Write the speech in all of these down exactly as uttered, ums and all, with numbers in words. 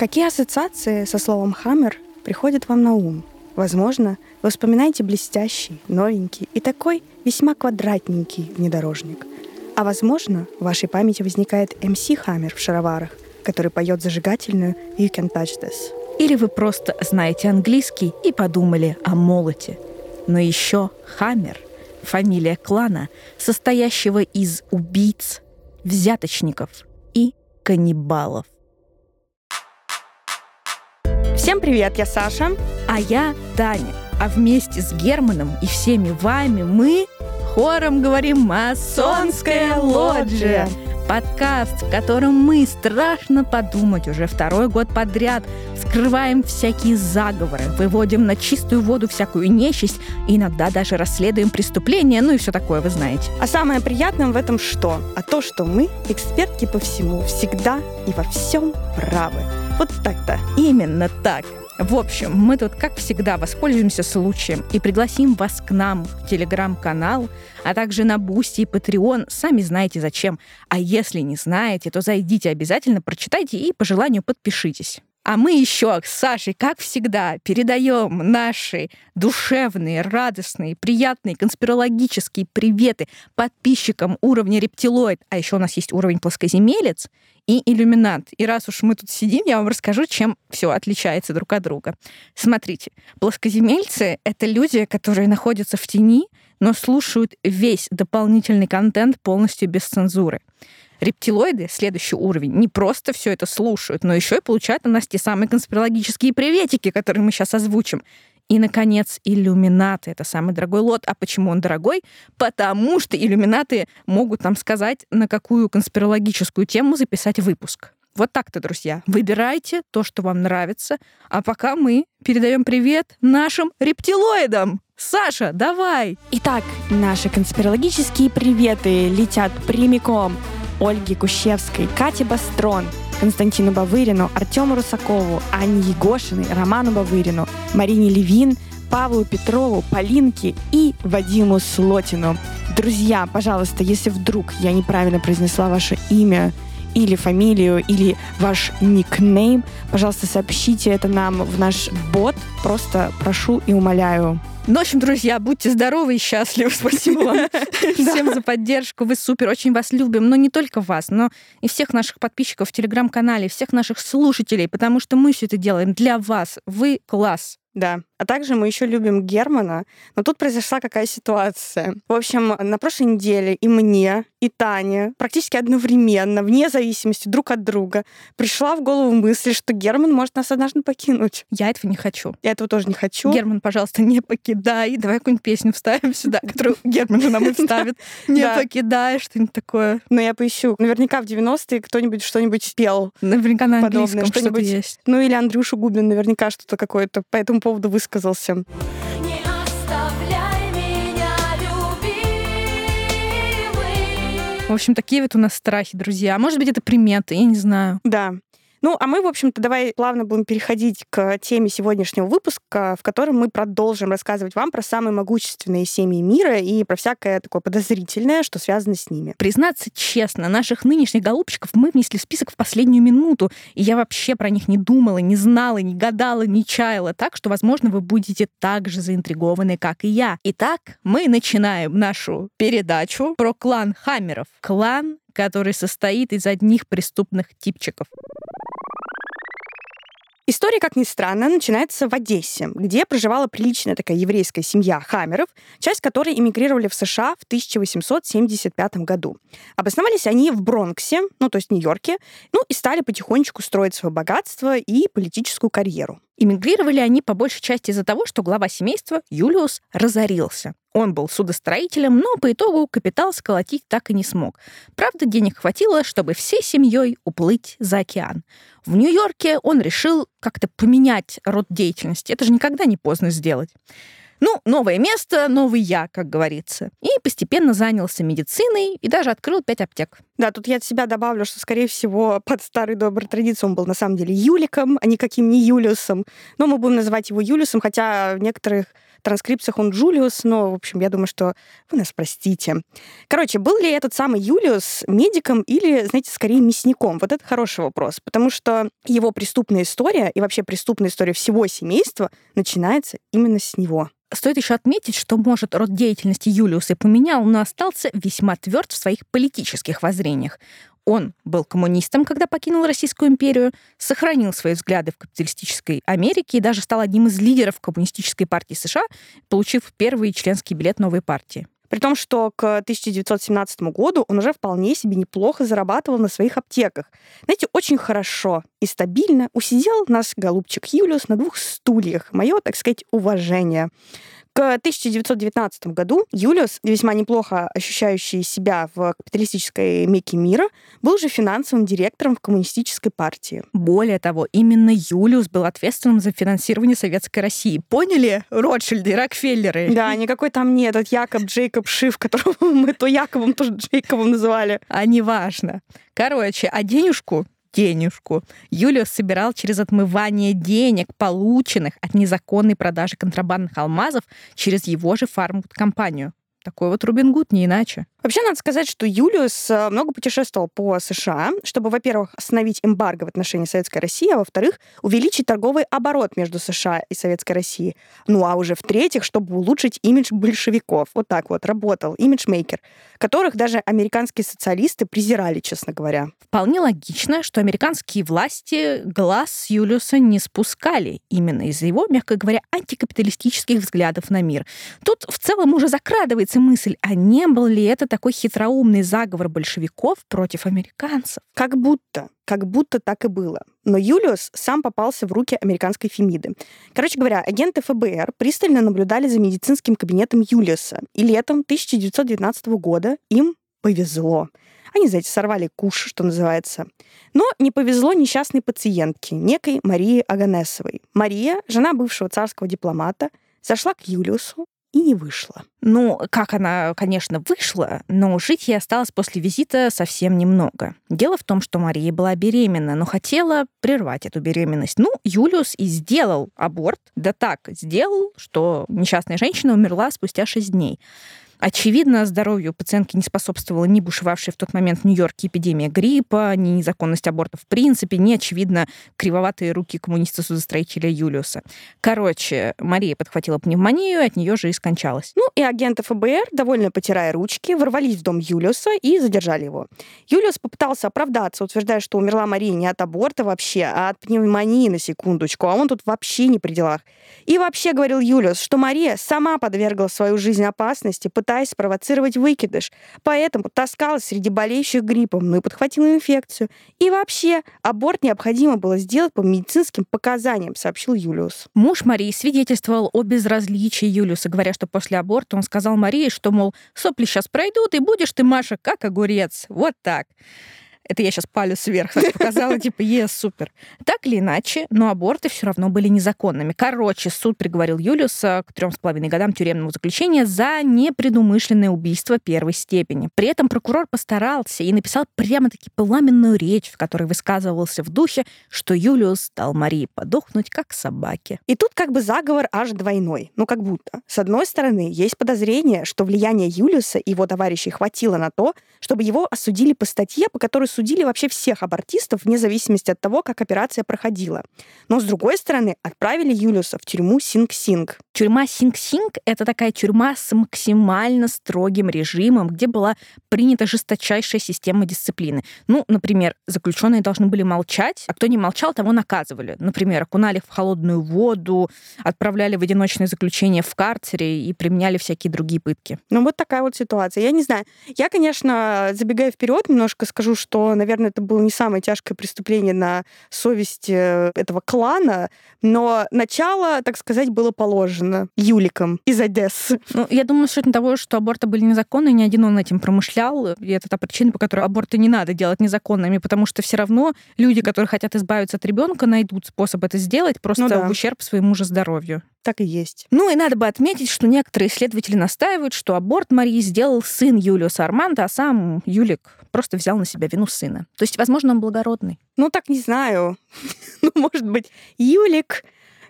Какие ассоциации со словом «хаммер» приходят вам на ум? Возможно, вы вспоминаете блестящий, новенький и такой весьма квадратненький внедорожник. А возможно, в вашей памяти возникает эм си Hammer в шароварах, который поет зажигательную «You can touch this». Или вы просто знаете английский и подумали о молоте. Но еще Хаммер — фамилия клана, состоящего из убийц, взяточников и каннибалов. Всем привет, я Саша. А я Таня. А вместе с Германом и всеми вами мы хором говорим «Масонская лоджия». Подкаст, в котором мы, страшно подумать, уже второй год подряд вскрываем всякие заговоры, выводим на чистую воду всякую нечисть и иногда даже расследуем преступления, ну и все такое, вы знаете. А самое приятное в этом что? А то, что мы, экспертки по всему, всегда и во всем правы. Вот так-то. Именно так. В общем, мы тут, как всегда, воспользуемся случаем и пригласим вас к нам в Телеграм-канал, а также на Бусти и Patreon. Сами знаете зачем. А если не знаете, то зайдите обязательно, прочитайте и по желанию подпишитесь. А мы еще с Сашей, как всегда, передаем наши душевные, радостные, приятные конспирологические приветы подписчикам уровня рептилоид. А еще у нас есть уровень плоскоземелец и иллюминант. И раз уж мы тут сидим, я вам расскажу, чем все отличается друг от друга. Смотрите, плоскоземельцы — это люди, которые находятся в тени, но слушают весь дополнительный контент полностью без цензуры. Рептилоиды, следующий уровень, не просто все это слушают, но еще и получают от нас те самые конспирологические приветики, которые мы сейчас озвучим. И, наконец, иллюминаты — это самый дорогой лот. А почему он дорогой? Потому что иллюминаты могут нам сказать, на какую конспирологическую тему записать выпуск. Вот так-то, друзья. Выбирайте то, что вам нравится. А пока мы передаем привет нашим рептилоидам. Саша, давай! Итак, наши конспирологические приветы летят прямиком Ольге Кущевской, Кате Бастрон, Константину Бавырину, Артему Русакову, Анне Егошиной, Роману Бавырину, Марине Левин, Павлу Петрову, Полинке и Вадиму Слотину. Друзья, пожалуйста, если вдруг я неправильно произнесла ваше имя или фамилию, или ваш никнейм, пожалуйста, сообщите это нам в наш бот. Просто прошу и умоляю. Ну, в общем, друзья, будьте здоровы и счастливы. Спасибо вам всем за поддержку. Вы супер, очень вас любим. Но не только вас, но и всех наших подписчиков в Телеграм-канале, всех наших слушателей, потому что мы все это делаем для вас. Вы класс. Да. А также мы еще любим Германа. Но тут произошла какая ситуация. В общем, на прошлой неделе и мне, и Тане практически одновременно, вне зависимости друг от друга, пришла в голову мысль, что Герман может нас однажды покинуть. Я этого не хочу. Я этого тоже не хочу. Герман, пожалуйста, не покидай. Давай какую-нибудь песню вставим сюда, которую Герман же нам и вставит. Не покидай, что-нибудь такое. Но я поищу. Наверняка в девяностые кто-нибудь что-нибудь пел. Наверняка на английском что-то есть. Ну или Андрюша Губин наверняка что-то какое-то по этому поводу высказался. Не оставляй меня, любимый. В общем, такие вот у нас страхи, друзья. Может быть, это приметы, я не знаю. Да. Ну, а мы, в общем-то, давай плавно будем переходить к теме сегодняшнего выпуска, в котором мы продолжим рассказывать вам про самые могущественные семьи мира и про всякое такое подозрительное, что связано с ними. Признаться честно, наших нынешних голубчиков мы внесли в список в последнюю минуту, и я вообще про них не думала, не знала, не гадала, не чаяла, так что, возможно, вы будете так же заинтригованы, как и я. Итак, мы начинаем нашу передачу про клан Хаммеров. Клан, который состоит из одних преступных типчиков. История, как ни странно, начинается в Одессе, где проживала приличная такая еврейская семья Хаммеров, часть которой эмигрировали в США в тысяча восемьсот семьдесят пятом году. Обосновались они в Бронксе, ну, то есть в Нью-Йорке, ну, и стали потихонечку строить свое богатство и политическую карьеру. Эмигрировали они по большей части из-за того, что глава семейства Юлиус разорился. Он был судостроителем, но по итогу капитал сколотить так и не смог. Правда, денег хватило, чтобы всей семьей уплыть за океан. В Нью-Йорке он решил как-то поменять род деятельности. Это же никогда не поздно сделать. Ну, новое место, новый я, как говорится. И постепенно занялся медициной и даже открыл пять аптек. Да, тут я от себя добавлю, что, скорее всего, под старой доброй традицией он был на самом деле Юликом, а никаким не Юлиусом. Но мы будем называть его Юлиусом, хотя в некоторых транскрипциях он Джулиус, но, в общем, я думаю, что вы нас простите. Короче, был ли этот самый Юлиус медиком или, знаете, скорее мясником? Вот это хороший вопрос, потому что его преступная история и вообще преступная история всего семейства начинается именно с него. Стоит еще отметить, что, может, род деятельности Юлиуса и поменял, но остался весьма тверд в своих политических воззрениях. Он был коммунистом, когда покинул Российскую империю, сохранил свои взгляды в капиталистической Америке и даже стал одним из лидеров коммунистической партии США, получив первый членский билет новой партии. При том, что к тысяча девятьсот семнадцатому году он уже вполне себе неплохо зарабатывал на своих аптеках. Знаете, очень хорошо и стабильно усидел наш голубчик Юлиус на двух стульях. Мое, так сказать, уважение. К тысяча девятьсот девятнадцатому году Юлиус, весьма неплохо ощущающий себя в капиталистической мекке мира, был же финансовым директором в коммунистической партии. Более того, именно Юлиус был ответственным за финансирование Советской России. Поняли? Ротшильды, Рокфеллеры. Да, никакой там не этот Якоб Джейкоб Шиф, которого мы то Яковом, то Джейкобом называли. А неважно. Короче, а денежку денежку Юлиус собирал через отмывание денег, полученных от незаконной продажи контрабандных алмазов через его же фармкомпанию. Такой вот Робин Гуд, не иначе. Вообще, надо сказать, что Юлиус много путешествовал по США, чтобы, во-первых, остановить эмбарго в отношении Советской России, а во-вторых, увеличить торговый оборот между США и Советской Россией. Ну, а уже в-третьих, чтобы улучшить имидж большевиков. Вот так вот работал имиджмейкер, которых даже американские социалисты презирали, честно говоря. Вполне логично, что американские власти глаз с Юлиуса не спускали именно из-за его, мягко говоря, антикапиталистических взглядов на мир. Тут в целом уже закрадывается мысль, а не был ли это такой хитроумный заговор большевиков против американцев? Как будто, как будто так и было. Но Юлиус сам попался в руки американской Фемиды. Короче говоря, агенты эф бэ эр пристально наблюдали за медицинским кабинетом Юлиуса. И летом тысяча девятьсот девятнадцатого года им повезло. Они, знаете, сорвали куш, что называется. Но не повезло несчастной пациентке, некой Марии Оганесовой. Мария, жена бывшего царского дипломата, зашла к Юлиусу и не вышла. Ну, как она, конечно, вышла, но жить ей осталось после визита совсем немного. Дело в том, что Мария была беременна, но хотела прервать эту беременность. Ну, Юлиус и сделал аборт. Да так сделал, что несчастная женщина умерла спустя шесть дней. Очевидно, здоровью пациентки не способствовала ни бушевавшая в тот момент в Нью-Йорке эпидемия гриппа, ни незаконность абортов в принципе, ни, очевидно, кривоватые руки коммуниста-судостроителя Юлиуса. Короче, Мария подхватила пневмонию, и от нее же и скончалась. Ну и агенты эф бэ эр, довольно потирая ручки, ворвались в дом Юлиуса и задержали его. Юлиус попытался оправдаться, утверждая, что умерла Мария не от аборта вообще, а от пневмонии, на секундочку, а он тут вообще не при делах. И вообще, говорил Юлиус, что Мария сама подвергла свою жизнь опасности, пытаясь спровоцировать выкидыш, поэтому таскалась среди болеющих гриппом, ну и подхватила инфекцию. И вообще, аборт необходимо было сделать по медицинским показаниям, сообщил Юлиус. Муж Марии свидетельствовал о безразличии Юлиуса, говоря, что после аборта он сказал Марии, что, мол, сопли сейчас пройдут, и будешь ты, Маша, как огурец. Вот так. Это я сейчас палец вверх так показала, типа, ес, супер. Так или иначе, но аборты все равно были незаконными. Короче, суд приговорил Юлиуса к трем с половиной годам тюремного заключения за непредумышленное убийство первой степени. При этом прокурор постарался и написал прямо-таки пламенную речь, в которой высказывался в духе, что Юлиус дал Марии подохнуть, как собаке. И тут как бы заговор аж двойной. Ну, как будто. С одной стороны, есть подозрение, что влияние Юлиуса и его товарищей хватило на то, чтобы его осудили по статье, по которой судили вообще всех абортистов, вне зависимости от того, как операция проходила. Но, с другой стороны, отправили Юлиуса в тюрьму Синг-Синг. Тюрьма Синг-Синг — это такая тюрьма с максимально строгим режимом, где была принята жесточайшая система дисциплины. Ну, например, заключенные должны были молчать, а кто не молчал, того наказывали. Например, окунали их в холодную воду, отправляли в одиночное заключение в карцере и применяли всякие другие пытки. Ну, вот такая вот ситуация. Я не знаю. Я, конечно, забегая вперед, немножко скажу, что, наверное, это было не самое тяжкое преступление на совести этого клана, но начало, так сказать, было положено Юликом из Одессы. Ну, я думаю, что это того, что аборты были незаконны, ни один он этим промышлял, и это та причина, по которой аборты не надо делать незаконными, потому что все равно люди, которые хотят избавиться от ребенка, найдут способ это сделать просто ну, да. в ущерб своему же здоровью. Так и есть. Ну и надо бы отметить, что некоторые исследователи настаивают, что аборт Марии сделал сын Юлиуса Армандо, а сам Юлик просто взял на себя вину сына. То есть, возможно, он благородный. Ну, так не знаю. Ну, может быть, Юлик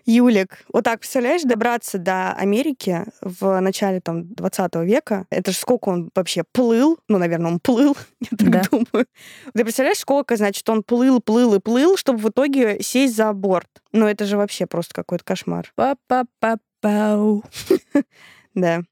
Юлик, вот так, представляешь, добраться до Америки в начале там двадцатого века, это же сколько он вообще плыл, ну, наверное, он плыл, я так Да. думаю. Ты представляешь, сколько, значит, он плыл, плыл и плыл, чтобы в итоге сесть за борт? Ну, это же вообще просто какой-то кошмар. Па-па-па-пау. Да.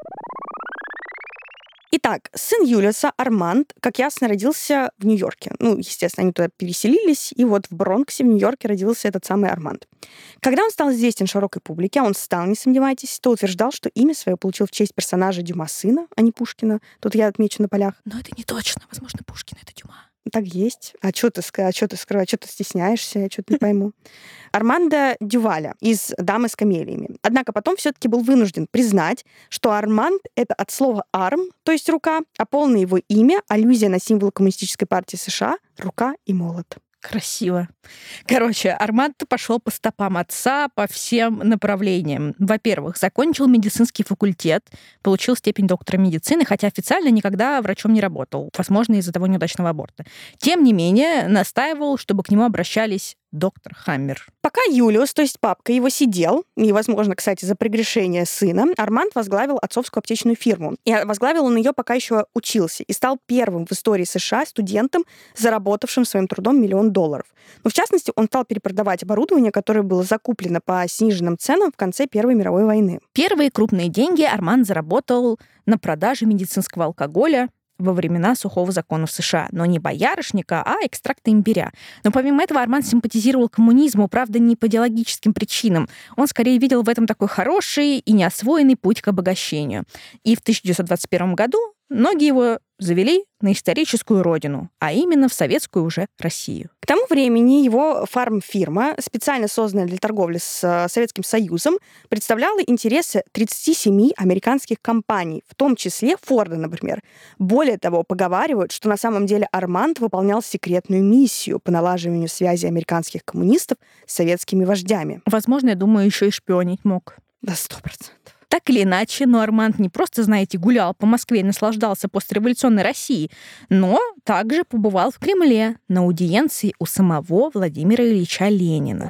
Итак, сын Юлиуса, Арманд, как ясно, родился в Нью-Йорке. Ну, естественно, они туда переселились, и вот в Бронксе, в Нью-Йорке, родился этот самый Арманд. Когда он стал известен широкой публике, а он стал, не сомневайтесь, то утверждал, что имя свое получил в честь персонажа Дюма сына, а не Пушкина. Тут я отмечу на полях. Но это не точно. Возможно, Пушкин — это Дюма. Так есть. А что ты, ска- а чё ты скрываешь? Что ты стесняешься? Я что-то не пойму. Армандо Дюваля из «Дамы с камелиями». Однако потом все-таки был вынужден признать, что Арманд — это от слова «арм», то есть «рука», а полное его имя — аллюзия на символ Коммунистической партии США — рука и молот. Красиво. Короче, Арманд пошел по стопам отца по всем направлениям. Во-первых, закончил медицинский факультет, получил степень доктора медицины, хотя официально никогда врачом не работал, возможно, из-за того неудачного аборта. Тем не менее, настаивал, чтобы к нему обращались доктор Хаммер. Пока Юлиус, то есть папка, его сидел, и, возможно, кстати, за прегрешение сына, Арманд возглавил отцовскую аптечную фирму. И возглавил он ее, пока еще учился, и стал первым в истории США студентом, заработавшим своим трудом миллион долларов. Но, в частности, он стал перепродавать оборудование, которое было закуплено по сниженным ценам в конце Первой мировой войны. Первые крупные деньги Арманд заработал на продаже медицинского алкоголя во времена сухого закона в США. Но не боярышника, а экстракта имбиря. Но помимо этого Арманд симпатизировал коммунизму, правда, не по идеологическим причинам. Он скорее видел в этом такой хороший и неосвоенный путь к обогащению. И в тысяча девятьсот двадцать первом году многие его завели на историческую родину, а именно в советскую уже Россию. К тому времени его фармфирма, специально созданная для торговли с Советским Союзом, представляла интересы тридцати семи американских компаний, в том числе Форда, например. Более того, поговаривают, что на самом деле Арманд выполнял секретную миссию по налаживанию связи американских коммунистов с советскими вождями. Возможно, я думаю, еще и шпионить мог. Да, сто процентов. Так или иначе, но Арманд не просто, знаете, гулял по Москве и наслаждался постреволюционной Россией, но также побывал в Кремле на аудиенции у самого Владимира Ильича Ленина.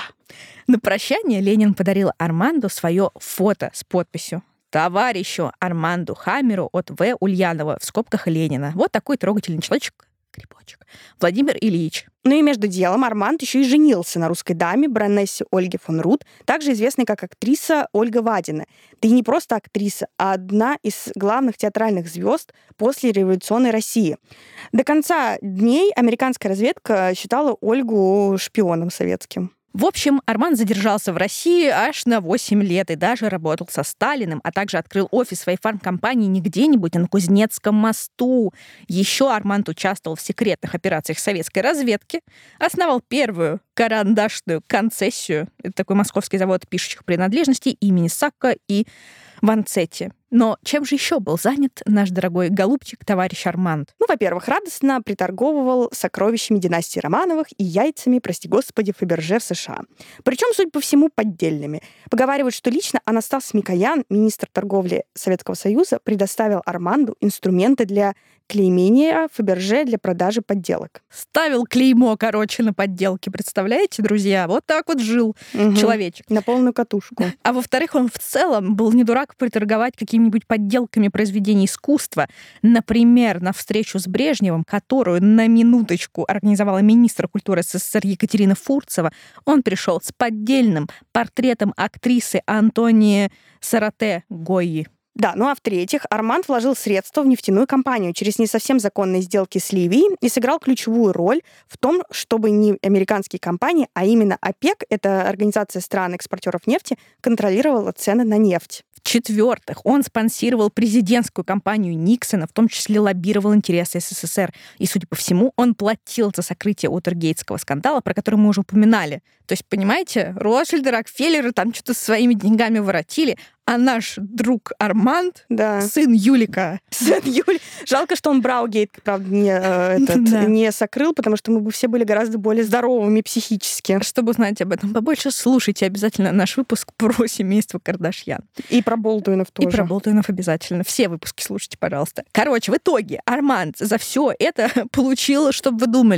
На прощание Ленин подарил Арманду свое фото с подписью «Товарищу Арманду Хаммеру от В. Ульянова» в скобках Ленина. Вот такой трогательный человечек, грибочек. Владимир Ильич. Ну и между делом Арманд еще и женился на русской даме, баронессе Ольге фон Рут, также известной как актриса Ольга Вадина. Да и не просто актриса, а одна из главных театральных звезд после революционной России. До конца дней американская разведка считала Ольгу шпионом советским. В общем, Арманд задержался в России аж на восемь лет и даже работал со Сталиным, а также открыл офис своей фармкомпании не где-нибудь, а на Кузнецком мосту. Еще Арманд участвовал в секретных операциях советской разведки, основал первую карандашную концессию, это такой московский завод пишущих принадлежностей имени Сакко и Ванцетти. Но чем же еще был занят наш дорогой голубчик, товарищ Арманд? Ну, во-первых, радостно приторговывал сокровищами династии Романовых и яйцами, прости господи, Фаберже в США. Причем, судя по всему, поддельными. Поговаривают, что лично Анастас Микоян, министр торговли Советского Союза, предоставил Арманду инструменты для клеймения Фаберже для продажи подделок. Ставил клеймо, короче, на подделке, представляете, друзья? Вот так вот жил Угу. человечек. На полную катушку. А во-вторых, он в целом был не дурак приторговать какими-нибудь подделками произведений искусства. Например, на встречу с Брежневым, которую на минуточку организовала министр культуры СССР Екатерина Фурцева, он пришел с поддельным портретом актрисы Антонии Сарате Гойи. Да, ну а в-третьих, Арманд вложил средства в нефтяную компанию через не совсем законные сделки с Ливией и сыграл ключевую роль в том, чтобы не американские компании, а именно ОПЕК, это Организация стран-экспортеров нефти, контролировала цены на нефть. В-четвертых, он спонсировал президентскую кампанию Никсона, в том числе лоббировал интересы СССР. И, судя по всему, он платил за сокрытие Уотергейтского скандала, про который мы уже упоминали. То есть, понимаете, Ротшильды, Рокфеллеры там что-то со своими деньгами воротили, а наш друг Арманд, Да. сын Юлика. Сын Юли. Жалко, что он Браугейт, правда, не, э, этот, Да. не сокрыл, потому что мы бы все были гораздо более здоровыми психически. Чтобы узнать об этом побольше, слушайте обязательно наш выпуск про семейство Кардашьян. И про Болдуинов тоже. И про Болтуинов обязательно. Все выпуски слушайте, пожалуйста. Короче, в итоге Арманд за все это получил, чтобы вы думали,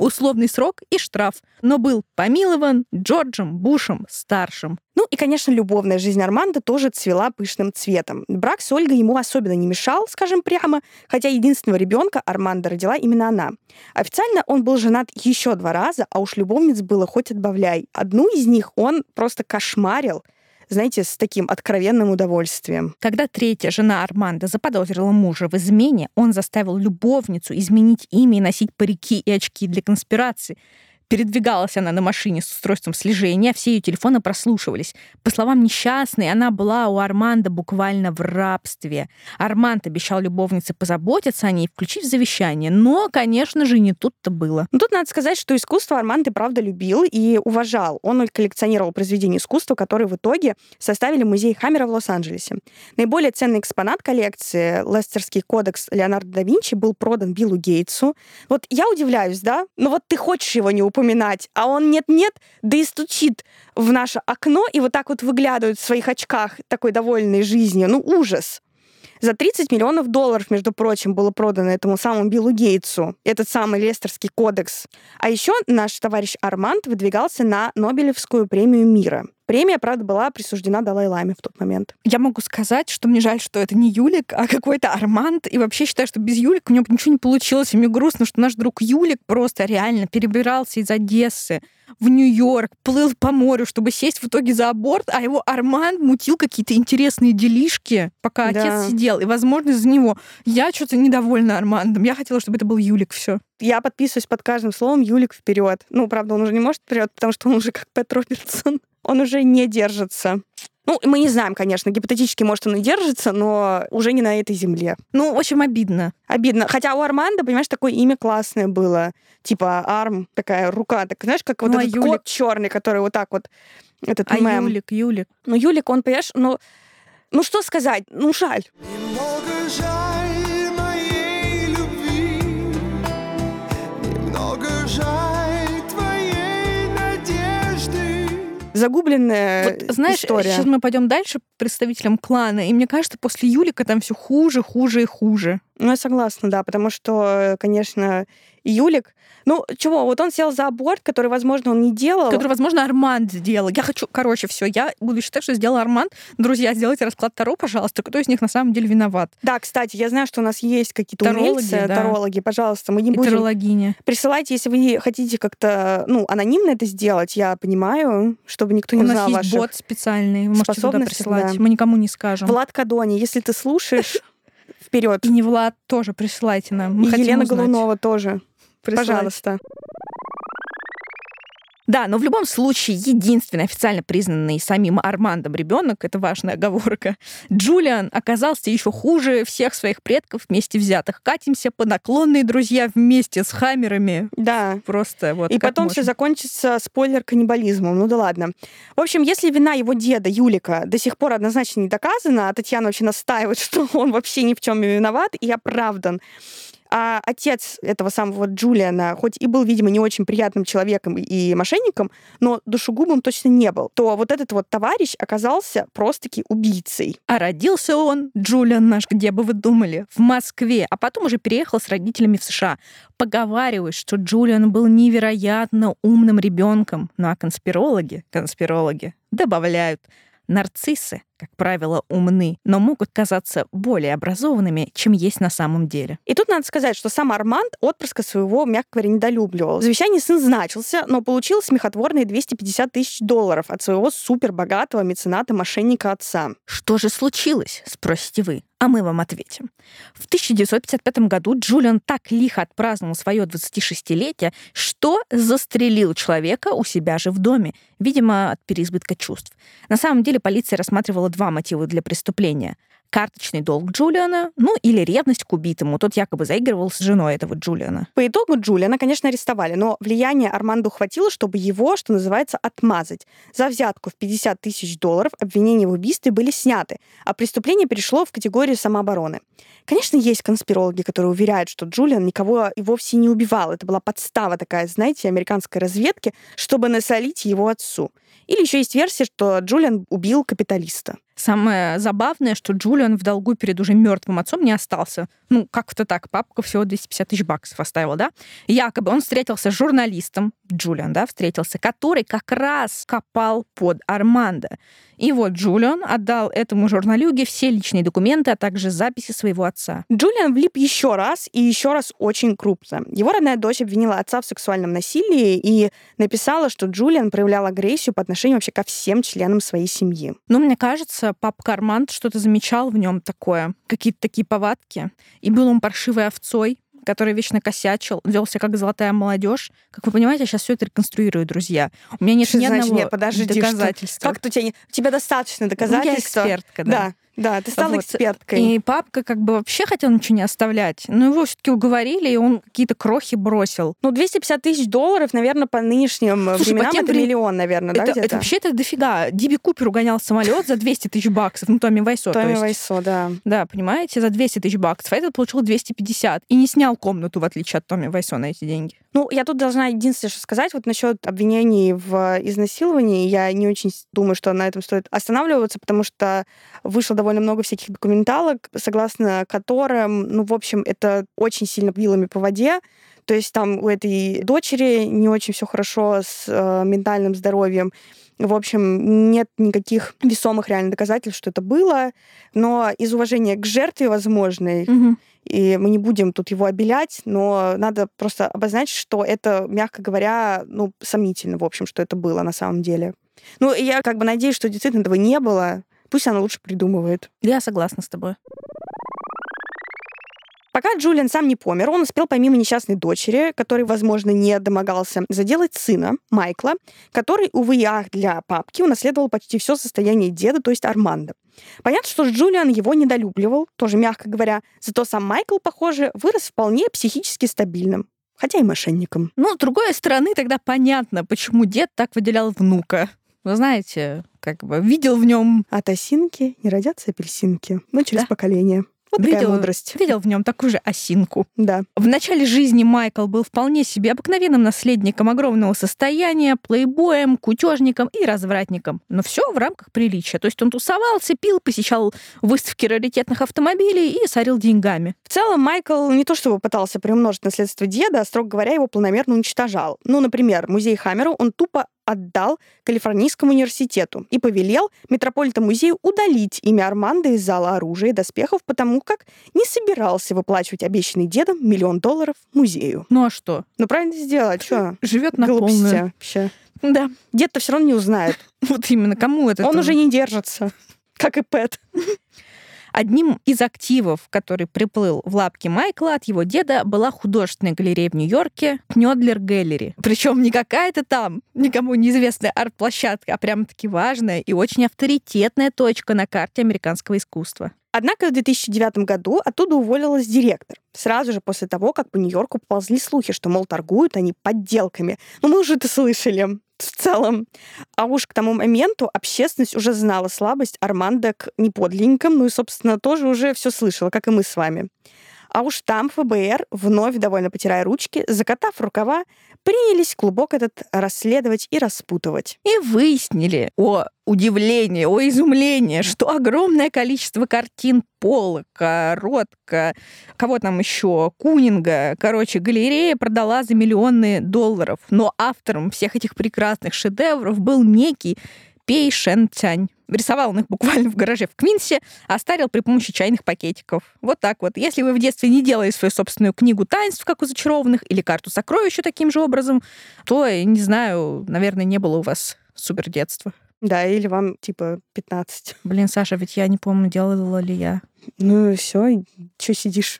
условный срок и штраф, но был помилован Джорджем Бушем-старшим. Ну и, конечно, любовная жизнь Армандо тоже цвела пышным цветом. Брак с Ольгой ему особенно не мешал, скажем прямо, хотя единственного ребенка Армандо родила именно она. Официально он был женат еще два раза, а уж любовниц было хоть отбавляй. Одну из них он просто кошмарил, знаете, с таким откровенным удовольствием. Когда третья жена Армандо заподозрила мужа в измене, он заставил любовницу изменить имя и носить парики и очки для конспирации. Передвигалась она на машине с устройством слежения, все ее телефоны прослушивались. По словам несчастной, она была у Армандо буквально в рабстве. Арманд обещал любовнице позаботиться о ней, включив завещание. Но, конечно же, не тут-то было. Но тут надо сказать, что искусство Армандо правда любил и уважал. Он коллекционировал произведения искусства, которые в итоге составили музей Хаммера в Лос-Анджелесе. Наиболее ценный экспонат коллекции, Лестерский кодекс Леонардо да Винчи, был продан Биллу Гейтсу. Вот я удивляюсь, да? Но вот ты хочешь его не упоминать, а он нет-нет, да и стучит в наше окно и вот так вот выглядывает в своих очках, такой довольной жизнью. Ну, ужас. За тридцать миллионов долларов, между прочим, было продано этому самому Биллу Гейтсу, этот самый Лестерский кодекс. А еще наш товарищ Арманд выдвигался на Нобелевскую премию мира. Премия, правда, была присуждена Далай-Ламе в тот момент. Я могу сказать, что мне жаль, что это не Юлик, а какой-то Арманд. И вообще считаю, что без Юлика у него ничего не получилось. И мне грустно, что наш друг Юлик просто реально перебирался из Одессы в Нью-Йорк, плыл по морю, чтобы сесть в итоге за борт, а его Арманд мутил какие-то интересные делишки, пока Да. отец сидел. И, возможно, из-за него я что-то недовольна Армандом. Я хотела, чтобы это был Юлик, все. Я подписываюсь под каждым словом «Юлик вперед». Ну, правда, он уже не может вперед, потому что он уже как Пэт Робертсон. Он уже не держится. Ну, мы не знаем, конечно, гипотетически, может, он и держится, но уже не на этой земле. Ну, в общем, обидно. Обидно. Хотя у Армандо, понимаешь, такое имя классное было. Типа Арм, такая рука. Так, знаешь, как вот Ну, а этот Юлик? кот черный, который вот так вот, этот А мем. Юлик, Юлик. Ну, Юлик, он, понимаешь, ну, ну что сказать? Ну, жаль. Немного жаль моей любви, немного жаль твоей надежды. Загубленная Вот, знаешь, история. сейчас мы пойдем дальше представителям клана, и мне кажется, после Юлика там все хуже, хуже и хуже. Ну, я согласна, да, потому что, конечно, Юлик... Ну, чего, вот он сел за аборт, который, возможно, он не делал. Который, возможно, Арманд сделал. Я хочу, короче, все, я буду считать, что сделал Арманд. Друзья, сделайте расклад Таро, пожалуйста. Кто из них на самом деле виноват? Да, кстати, я знаю, что у нас есть какие-то Тарологи, умельцы, да. тарологи, пожалуйста, мы не И будем... тарологиня. Присылайте, если вы хотите как-то, ну, анонимно это сделать, я понимаю, чтобы никто не У нас узнал есть ваших бот специальный, вы можете туда способностей, присылать. да. Мы никому не скажем. Влад Кадони, если ты слушаешь, вперед. И не Влад тоже присылайте нам. Мы И хотим Елена узнать. Голунова тоже. Присылайте. Пожалуйста. Да, но в любом случае единственный официально признанный самим Армандом ребенок, это важная оговорка, Джулиан оказался еще хуже всех своих предков вместе взятых. Катимся по наклонной, друзья, вместе с Хаммерами. Да. Просто вот И как потом все можем. закончится, спойлер, каннибализмом. Ну да ладно. В общем, если вина его деда Юлика до сих пор однозначно не доказана, а Татьяна вообще настаивает, что он вообще ни в чем не виноват и оправдан, а отец этого самого Джулиана, хоть и был, видимо, не очень приятным человеком и мошенником, но душегубом точно не был, то вот этот вот товарищ оказался просто-таки убийцей. А родился он, Джулиан наш, где бы вы думали, в Москве, а потом уже переехал с родителями в США. Поговаривают, что Джулиан был невероятно умным ребенком. Ну а конспирологи, конспирологи добавляют, нарциссы, как правило, умны, но могут казаться более образованными, чем есть на самом деле. И тут надо сказать, что сам Арманд отпрыска своего, мягко говоря, недолюбливал. В завещании сын значился, но получил смехотворные двести пятьдесят тысяч долларов от своего супербогатого мецената-мошенника отца. Что же случилось, спросите вы? А мы вам ответим. В тысяча девятьсот пятьдесят пятом году Джулиан так лихо отпраздновал свое двадцатишестилетие, что застрелил человека у себя же в доме, видимо, от переизбытка чувств. На самом деле полиция рассматривала два мотива для преступления. Карточный долг Джулиана, ну или ревность к убитому. Тот якобы заигрывал с женой этого Джулиана. По итогу Джулиана, конечно, арестовали, но влияния Арманду хватило, чтобы его, что называется, отмазать. За взятку в пятьдесят тысяч долларов обвинения в убийстве были сняты, а преступление перешло в категорию самообороны. Конечно, есть конспирологи, которые уверяют, что Джулиан никого и вовсе не убивал. Это была подстава такая, знаете, американской разведки, чтобы насолить его отцу. Или еще есть версия, что Джулиан убил капиталиста. Самое забавное, что Джулиан в долгу перед уже мертвым отцом не остался. Ну, как-то так. Папка всего двести пятьдесят тысяч баксов оставила, да? Якобы он встретился с журналистом, Джулиан, да, встретился, который как раз копал под Армандо. И вот Джулиан отдал этому журналюге все личные документы, а также записи своего отца. Джулиан влип еще раз, и еще раз очень крупно. Его родная дочь обвинила отца в сексуальном насилии и написала, что Джулиан проявлял агрессию по отношению вообще ко всем членам своей семьи. Ну, мне кажется, папка Арманд что-то замечал в нем такое, какие-то такие повадки. И был он паршивой овцой, который вечно косячил, велся как золотая молодежь. Как вы понимаете, я сейчас все это реконструирую, друзья. У меня нет Что ни значит, одного нет, подожди, доказательства. Как-то у тебя, не- у тебя достаточно Ну, доказательств. я экспертка, да. Да, да, ты стала Вот. эксперткой. И папка как бы вообще хотел ничего не оставлять, но его все-таки уговорили, и он какие-то крохи бросил. Ну, двести пятьдесят тысяч долларов, наверное, по нынешним Слушай, временам по тем это врем- миллион, наверное, да, это, где-то? это вообще это дофига. Диби Купер угонял самолет за двести тысяч баксов. Ну, Томми Вайсо, то Томми есть. Вайсо, да. Да, понимаете, за двести тысяч баксов. А этот получил двести пятьдесят. И не снял комнату, в отличие от Томми Вайсо, на эти деньги. Ну, я тут должна единственное, что сказать, вот насчет обвинений в изнасиловании, я не очень думаю, что на этом стоит останавливаться, потому что вышло довольно много всяких документалок, согласно которым, ну, в общем, это очень сильно вилами по воде. То есть там у этой дочери не очень все хорошо с э, ментальным здоровьем. В общем, нет никаких весомых реально доказательств, что это было, но из уважения к жертве возможной, Мгм. и мы не будем тут его обелять, но надо просто обозначить, что это, мягко говоря, ну, сомнительно, в общем, что это было на самом деле. Ну, и я как бы надеюсь, что действительно этого не было. Пусть она лучше придумывает. Я согласна с тобой. Пока Джулиан сам не помер, он успел помимо несчастной дочери, который, возможно, не домогался, заделать сына, Майкла, который, увы и ах, для папки унаследовал почти все состояние деда, то есть Армандо. Понятно, что Джулиан его недолюбливал, тоже мягко говоря, зато сам Майкл, похоже, вырос вполне психически стабильным, хотя и мошенником. Ну, с другой стороны, тогда понятно, почему дед так выделял внука. Вы знаете, как бы видел в нем, От осинки не родятся апельсинки, но через Да. поколение. Вот такая видел, мудрость. видел в нем такую же осинку. Да. В начале жизни Майкл был вполне себе обыкновенным наследником огромного состояния, плейбоем, кутежником и развратником. Но все в рамках приличия. То есть он тусовался, пил, посещал выставки раритетных автомобилей и сорил деньгами. В целом, Майкл не то чтобы пытался приумножить наследство деда, а, строго говоря, его планомерно уничтожал. Ну, например, музей Хаммеру он тупо отдал Калифорнийскому университету и повелел Метрополитен-музею удалить имя Армандо из зала оружия и доспехов, потому как не собирался выплачивать обещанный дедом миллион долларов музею. Ну а что? Ну, правильно сделать, что? Живет на Глупости полную. вообще. Да, Дед-то все равно не узнает. вот именно. Кому это? Он уже не держится, как и Пэт. Одним из активов, который приплыл в лапки Майкла от его деда, была художественная галерея в Нью-Йорке Кнёдлер Гэллери. Причем не какая-то там никому неизвестная арт-площадка, а прям-таки важная и очень авторитетная точка на карте американского искусства. Однако в две тысячи девятом году оттуда уволилась директор. Сразу же после того, как по Нью-Йорку поползли слухи, что, мол, торгуют они подделками. Ну, мы уже это слышали в целом. А уж к тому моменту общественность уже знала слабость Армандо к неподлинникам, ну и, собственно, тоже уже все слышала, как и мы с вами. А уж там ФБР, вновь довольно потирая ручки, закатав рукава, принялись клубок этот расследовать и распутывать. И выяснили, о удивление, о изумление, что огромное количество картин Поллока, Ротко, кого там еще, Кунинга, короче, галерея продала за миллионы долларов. Но автором всех этих прекрасных шедевров был некий Пей Шен Цянь. Рисовал он их буквально в гараже в Квинсе, а старил при помощи чайных пакетиков. Вот так вот. Если вы в детстве не делали свою собственную книгу таинств, как у зачарованных, или карту сокровища таким же образом, то, не знаю, наверное, не было у вас супер детства. Да, или вам, типа, пятнадцать. Блин, Саша, ведь я не помню, делала ли я. Ну и все, что сидишь?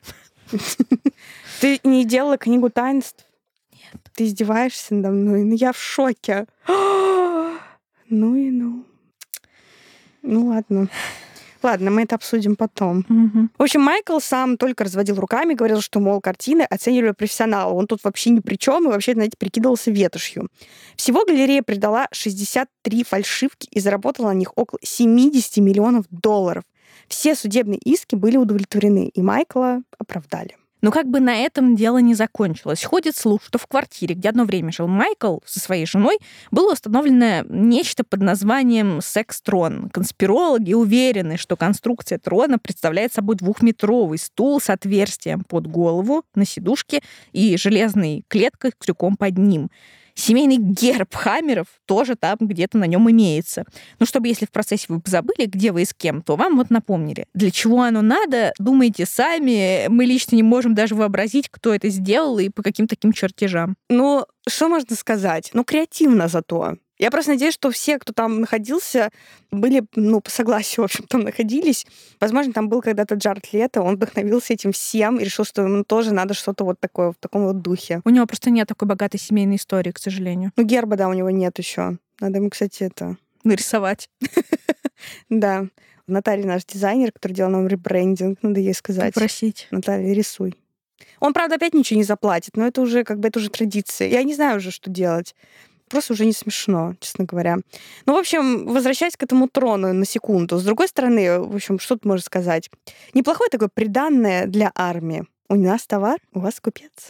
Ты не делала книгу таинств? Нет. Ты издеваешься надо мной? Ну я в шоке. Ну и ну. Ну ладно. Ладно, мы это обсудим потом. Мгм. В общем, Майкл сам только разводил руками, говорил, что, мол, картины оценивали профессионалы. Он тут вообще ни при чем и вообще, знаете, прикидывался ветошью. Всего галерея придала шестьдесят три фальшивки и заработала на них около семьдесят миллионов долларов. Все судебные иски были удовлетворены, и Майкла оправдали. Но как бы на этом дело не закончилось. Ходит слух, что в квартире, где одно время жил Майкл со своей женой, было установлено нечто под названием секс-трон. Конспирологи уверены, что конструкция трона представляет собой двухметровый стул с отверстием под голову на сидушке и железной клеткой с крюком под ним. Семейный герб Хаммеров тоже там где-то на нем имеется. Ну, чтобы, если в процессе вы забыли, где вы и с кем, то вам вот напомнили. Для чего оно надо, думайте сами. Мы лично не можем даже вообразить, кто это сделал и по каким таким чертежам. Ну, что можно сказать? Ну, креативно зато. Я просто надеюсь, что все, кто там находился, были, ну, по согласию, в общем, там находились. Возможно, там был когда-то Джаред Лето, он вдохновился этим всем и решил, что ему тоже надо что-то вот такое, в таком вот духе. У него просто нет такой богатой семейной истории, к сожалению. Ну, герба, да, у него нет еще. Надо ему, кстати, это... Нарисовать. Да. Наталья наш дизайнер, который делал нам ребрендинг, надо ей сказать. Попросить. Наталья, рисуй. Он, правда, опять ничего не заплатит, но это уже как бы это уже традиция. Я не знаю уже, что делать. Просто уже не смешно, честно говоря. Ну, в общем, возвращаясь к этому трону на секунду. С другой стороны, в общем, что тут можно сказать? Неплохое такое приданное для армии. У нас товар, у вас купец.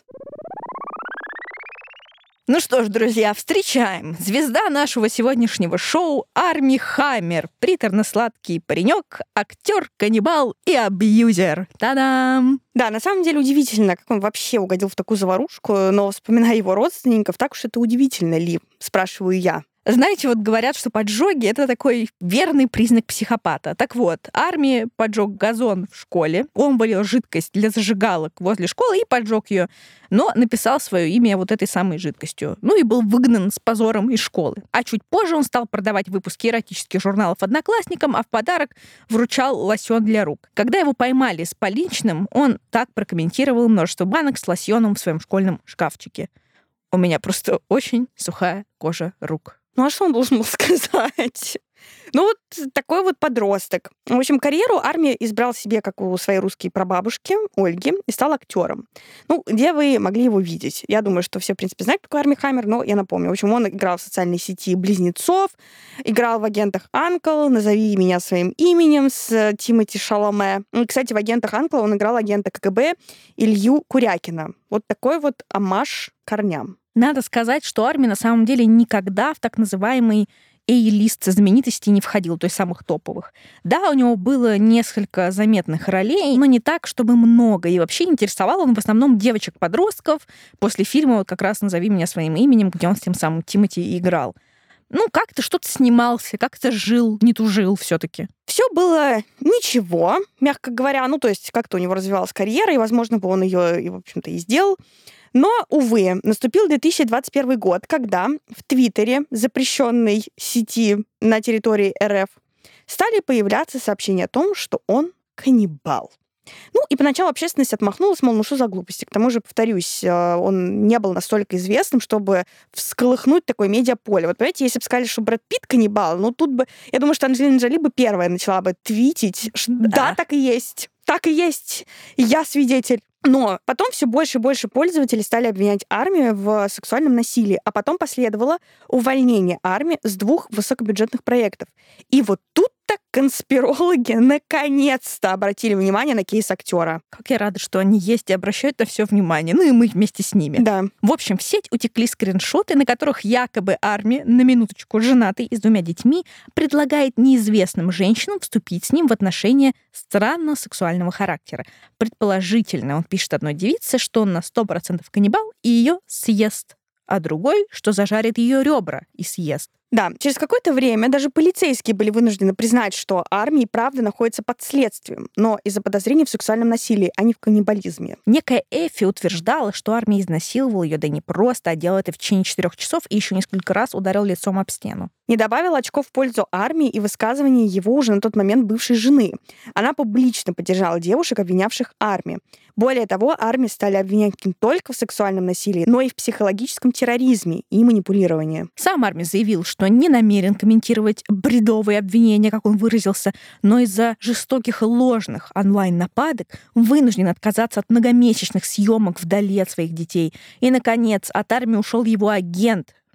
Ну что ж, друзья, встречаем. Звезда нашего сегодняшнего шоу Арми Хаммер. Приторно-сладкий паренек, актер, каннибал и абьюзер. Та-дам! Да, на самом деле удивительно, как он вообще угодил в такую заварушку, но, вспоминая его родственников, так уж это удивительно ли, спрашиваю я. Знаете, вот говорят, что поджоги — это такой верный признак психопата. Так вот, Арми поджег газон в школе, он вылил жидкость для зажигалок возле школы и поджег ее, но написал свое имя вот этой самой жидкостью. Ну и был выгнан с позором из школы. А чуть позже он стал продавать выпуски эротических журналов одноклассникам, а в подарок вручал лосьон для рук. Когда его поймали с поличным, он так прокомментировал множество банок с лосьоном в своем школьном шкафчике. У меня просто очень сухая кожа рук. Ну а что он должен был сказать? Ну вот такой вот подросток. В общем, карьеру Арми избрал себе, как у своей русской прабабушки Ольги, и стал актером. Ну, где вы могли его видеть? Я думаю, что все, в принципе, знают, кто Арми Хаммер, но я напомню. В общем, он играл в социальной сети «Близнецов», играл в «Агентах Анкл», «Назови меня своим именем» с Тимоти Шаломе. И, кстати, в «Агентах Анкл» он играл агента ка гэ бэ Илью Курякина. Вот такой вот оммаж корням. Надо сказать, что Арми на самом деле никогда в так называемый A-лист знаменитостей не входил, то есть самых топовых. Да, у него было несколько заметных ролей, но не так, чтобы много. И вообще интересовал он в основном девочек-подростков после фильма вот как раз «Назови меня своим именем», где он с тем самым Тимоти играл. Ну, как-то что-то снимался, как-то жил, не тужил все-таки. Все было ничего, мягко говоря. Ну, то есть как-то у него развивалась карьера, и, возможно, бы он ее, в общем-то, и сделал. Но, увы, наступил две тысячи двадцать первый год, когда в Твиттере, запрещенной сети на территории эр эф, стали появляться сообщения о том, что он каннибал. Ну, и поначалу общественность отмахнулась, мол, ну что за глупости. К тому же, повторюсь, он не был настолько известным, чтобы всколыхнуть такое медиаполе. Вот, понимаете, если бы сказали, что Брэд Питт каннибал, ну, тут бы, я думаю, что Анджелина Джоли бы первая начала бы твитить, что да, да так и есть, так и есть, я свидетель. Но потом все больше и больше пользователей стали обвинять Арми в сексуальном насилии, а потом последовало увольнение Арми с двух высокобюджетных проектов. И вот тут-то конспирологи наконец-то обратили внимание на кейс актера. Как я рада, что они есть и обращают на все внимание. Ну и мы вместе с ними. Да. В общем, в сеть утекли скриншоты, на которых якобы Арми, на минуточку женатый и с двумя детьми, предлагает неизвестным женщинам вступить с ним в отношения странно сексуального характера. Предположительно, он пишет одной девице, что он на сто процентов каннибал и ее съест, а другой, что зажарит ее ребра и съест. Да, через какое-то время даже полицейские были вынуждены признать, что Арми и правда находится под следствием, но из-за подозрений в сексуальном насилии, а не в каннибализме. Некая Эффи утверждала, что Арми изнасиловал ее, да не просто, а делал это в течение четырех часов и еще несколько раз ударил лицом об стену. Не добавил очков в пользу Арми и высказывания его уже на тот момент бывшей жены. Она публично поддержала девушек, обвинявших Арми. Более того, Арми стали обвинять не только в сексуальном насилии, но и в психологическом терроризме и манипулировании. Сам Арми заявил, что не намерен комментировать бредовые обвинения, как он выразился, но из-за жестоких и ложных онлайн-нападок вынужден отказаться от многомесячных съемок вдали от своих детей. И, наконец, от Арми ушел его агент,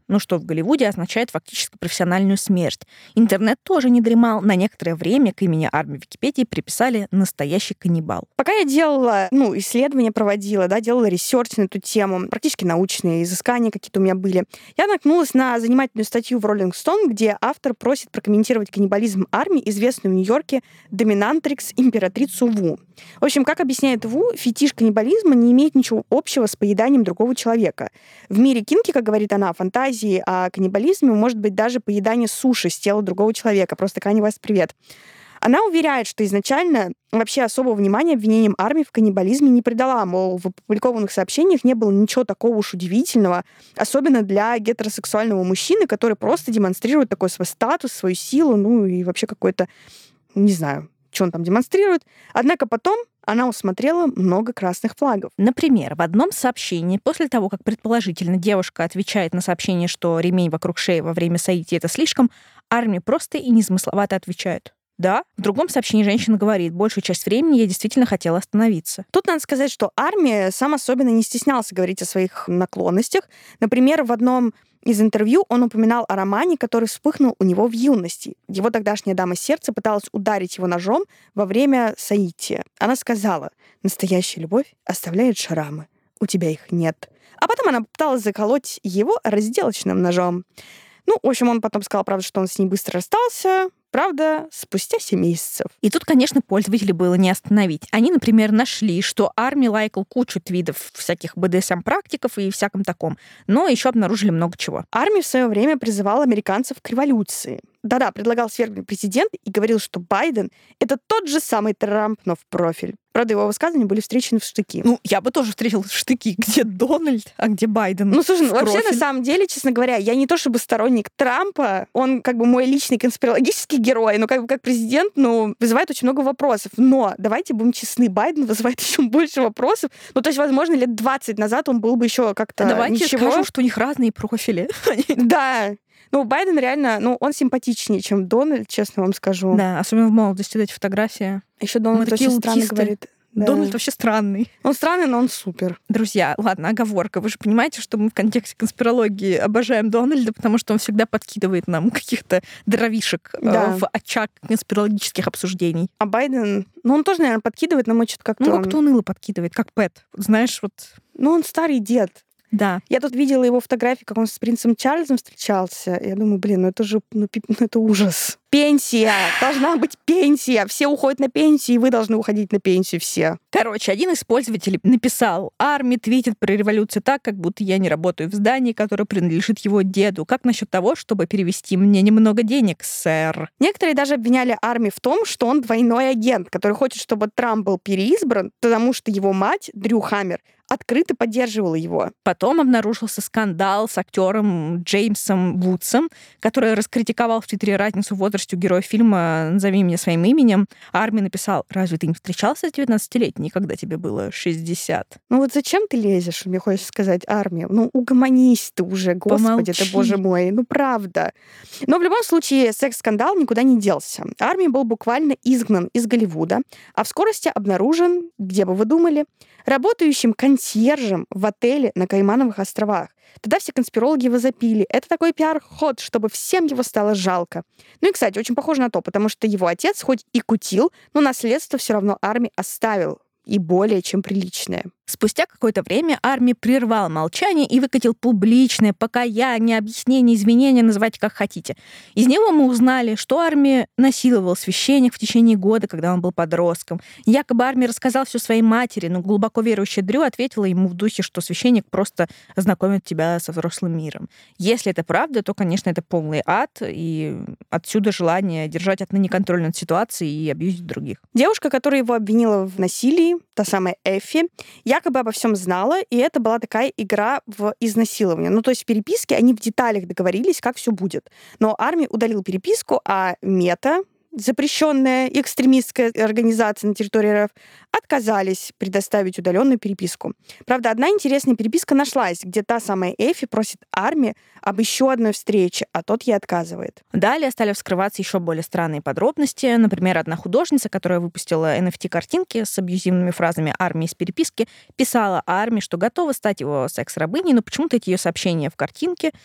ну что в Голливуде означает фактически профессиональную смерть. Интернет тоже не дремал. На некоторое время к имени Арми в Википедии приписали «настоящий каннибал». Пока я делала, ну, исследования проводила, да, делала ресерч на эту тему, практически научные изыскания какие-то у меня были, я наткнулась на занимательную статью в Rolling Stone, где автор просит прокомментировать каннибализм Арми, известную в Нью-Йорке доминатрикс императрицу Ву. В общем, как объясняет Ву, фетиш каннибализма не имеет ничего общего с поеданием другого человека. В мире кинки, как говорит она, фантазии о каннибализме может быть даже поедание суши с тела другого человека. Просто Канни Вест, привет. Она уверяет, что изначально вообще особого внимания обвинениям Арми в каннибализме не придала, мол, в опубликованных сообщениях не было ничего такого уж удивительного, особенно для гетеросексуального мужчины, который просто демонстрирует такой свой статус, свою силу, ну и вообще какой-то, не знаю, что он там демонстрирует. Однако потом она усмотрела много красных флагов. Например, в одном сообщении, после того, как предположительно девушка отвечает на сообщение, что ремень вокруг шеи во время соития — это слишком, Арми просто и незамысловато отвечает: да. В другом сообщении женщина говорит: большую часть времени я действительно хотела остановиться. Тут надо сказать, что Арми сам особенно не стеснялся говорить о своих наклонностях. Например, в одном из интервью он упоминал о романе, который вспыхнул у него в юности. Его тогдашняя дама сердца пыталась ударить его ножом во время соития. Она сказала: «Настоящая любовь оставляет шрамы. У тебя их нет». А потом она пыталась заколоть его разделочным ножом. Ну, в общем, он потом сказал, правда, что он с ней быстро расстался. Правда, спустя семь месяцев. И тут, конечно, пользователей было не остановить. Они, например, нашли, что Арми лайкал кучу твитов всяких бэ дэ эс эм-практиков и всяком таком, но еще обнаружили много чего. Арми в свое время призывал американцев к революции. Да-да, предлагал свергнуть президента и говорил, что Байден — это тот же самый Трамп, но в профиль. Правда, его высказывания были встречены в штыки. Ну, я бы тоже встретила в штыки. Где Дональд, а где Байден? Ну, слушай, ну, в вообще, профиль. на самом деле, честно говоря, я не то чтобы сторонник Трампа, он как бы мой личный конспирологический герой, но как бы как президент, ну, вызывает очень много вопросов. Но давайте будем честны, Байден вызывает еще больше вопросов. Ну, то есть, возможно, лет двадцать назад он был бы еще как-то Давайте ничего. скажем, что у них разные профили. Да. Ну, Байден реально, ну, он симпатичнее, чем Дональд, честно вам скажу. Да, особенно в молодости вот эти фотографии. Еще Дональд Мы такие очень странно лукисты. говорит. Да. Дональд вообще странный. Он странный, но он супер. Друзья, ладно, оговорка. Вы же понимаете, что мы в контексте конспирологии обожаем Дональда, потому что он всегда подкидывает нам каких-то дровишек э, Да. в очаг конспирологических обсуждений. А Байден, ну, он тоже, наверное, подкидывает, но мы что-то как-то... Ну, как-то уныло подкидывает, как Пэт. Знаешь, вот... Ну, он старый дед. Да. Я тут видела его фотографии, как он с принцем Чарльзом встречался. Я думаю, блин, ну это же ну, пи- ну, это ужас. Пенсия! Должна быть пенсия! Все уходят на пенсию, и вы должны уходить на пенсию все. Короче, один из пользователей написал: Арми твитит про революцию так, как будто я не работаю в здании, которое принадлежит его деду. Как насчет того, чтобы перевести мне немного денег, сэр? Некоторые даже обвиняли Арми в том, что он двойной агент, который хочет, чтобы Трамп был переизбран, потому что его мать, Дрю Хаммер, открыто поддерживала его. Потом обнаружился скандал с актером Джеймсом Вудсом, который раскритиковал в Твиттере разницу в возрасте у героя фильма «Назови меня своим именем». Арми написал: разве ты не встречался с девятнадцатилетней, когда тебе было шестьдесят? Ну вот зачем ты лезешь, мне хочется сказать, Арми? Ну угомонись ты уже, господи, Помолчи. ты, боже мой, ну правда. Но в любом случае секс-скандал никуда не делся. Арми был буквально изгнан из Голливуда, а в скорости обнаружен, где бы вы думали, работающим консьержем в отеле на Каймановых островах. Тогда все конспирологи возопили. Это такой пиар-ход, чтобы всем его стало жалко. Ну и, кстати, очень похоже на то, потому что его отец хоть и кутил, но наследство все равно Арми оставил. И более чем приличное. Спустя какое-то время Арми прервал молчание и выкатил публичное покаяние, объяснение, извинения, называйте как хотите. Из него мы узнали, что Арми насиловал священник в течение года, когда он был подростком. Якобы Арми рассказал все своей матери, но глубоко верующая Дрю ответила ему в духе, что священник просто знакомит тебя со взрослым миром. Если это правда, то, конечно, это полный ад, и отсюда желание держать отныне контроль над ситуацией и абьюзить других. Девушка, которая его обвинила в насилии, та самая Эффи, якобы обо всем знала, и это была такая игра в изнасилование. Ну, то есть в переписке они в деталях договорились, как все будет. Но Арми удалил переписку, а Мета, запрещенная экстремистская организация на территории эр эф, отказались предоставить удаленную переписку. Правда, одна интересная переписка нашлась, где та самая Эффи просит Арми об еще одной встрече, а тот ей отказывает. Далее стали вскрываться еще более странные подробности. Например, одна художница, которая выпустила эн эф ти-картинки с абьюзивными фразами Арми из переписки, писала Арми, что готова стать его секс-рабыней, но почему-то эти ее сообщения в картинке